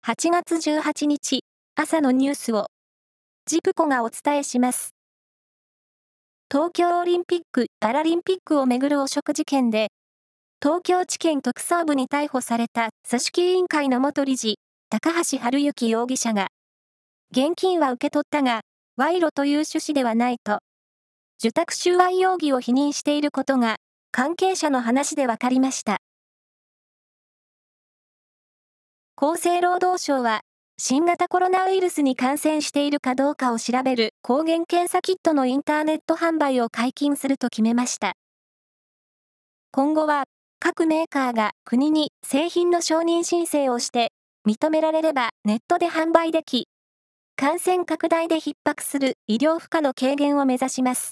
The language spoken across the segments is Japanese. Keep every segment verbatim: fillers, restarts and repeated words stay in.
はちがつじゅうはちにち、朝のニュースを、ジプコがお伝えします。東京オリンピック・パラリンピックをめぐる汚職事件で、東京地検特捜部に逮捕された組織委員会の元理事、高橋治之容疑者が、現金は受け取ったが、賄賂という趣旨ではないと、受託収賄容疑を否認していることが、関係者の話で分かりました。厚生労働省は、新型コロナウイルスに感染しているかどうかを調べる抗原検査キットのインターネット販売を解禁すると決めました。今後は、各メーカーが国に製品の承認申請をして、認められればネットで販売でき、感染拡大で逼迫する医療負荷の軽減を目指します。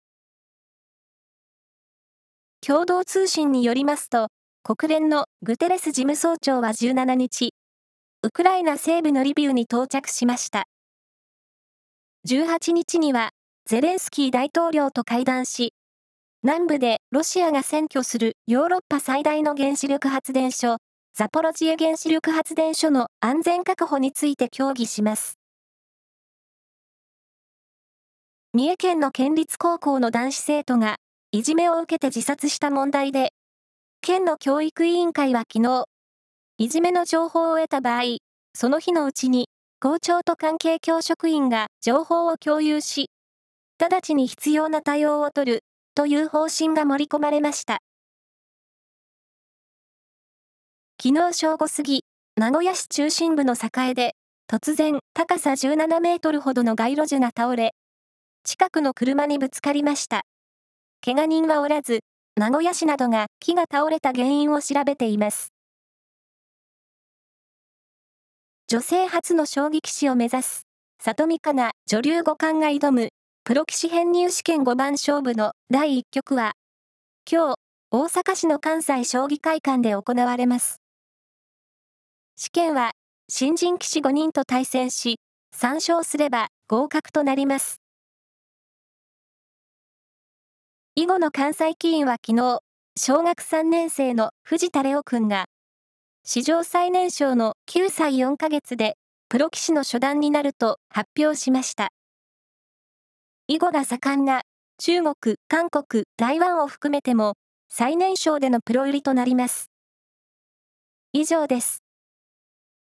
共同通信によりますと、国連のグテレス事務総長はじゅうしちにち、ウクライナ西部のリビウに到着しました。じゅうはちにちには、ゼレンスキー大統領と会談し、南部でロシアが占拠するヨーロッパ最大の原子力発電所、ザポロジエ原子力発電所の安全確保について協議します。三重県の県立高校の男子生徒が、いじめを受けて自殺した問題で、県の教育委員会は昨日、いじめの情報を得た場合、その日のうちに、校長と関係教職員が情報を共有し、直ちに必要な対応を取る、という方針が盛り込まれました。昨日正午過ぎ、名古屋市中心部の栄で、突然、高さじゅうななメートルほどの街路樹が倒れ、近くの車にぶつかりました。怪我人はおらず、名古屋市などが木が倒れた原因を調べています。女性初の将棋棋士を目指す、里見香奈女流五冠が挑む、プロ棋士編入試験ごばん勝負のだいいっきょくは、今日、大阪市の関西将棋会館で行われます。試験は、新人棋士ごにんと対戦し、さん勝すれば合格となります。囲碁の関西棋院は昨日、小学さんねん生の藤田怜央くんが、史上最年少のきゅうさいよんかげつで、プロ棋士の初段になると発表しました。囲碁が盛んな中国、韓国、台湾を含めても、最年少でのプロ入りとなります。以上です。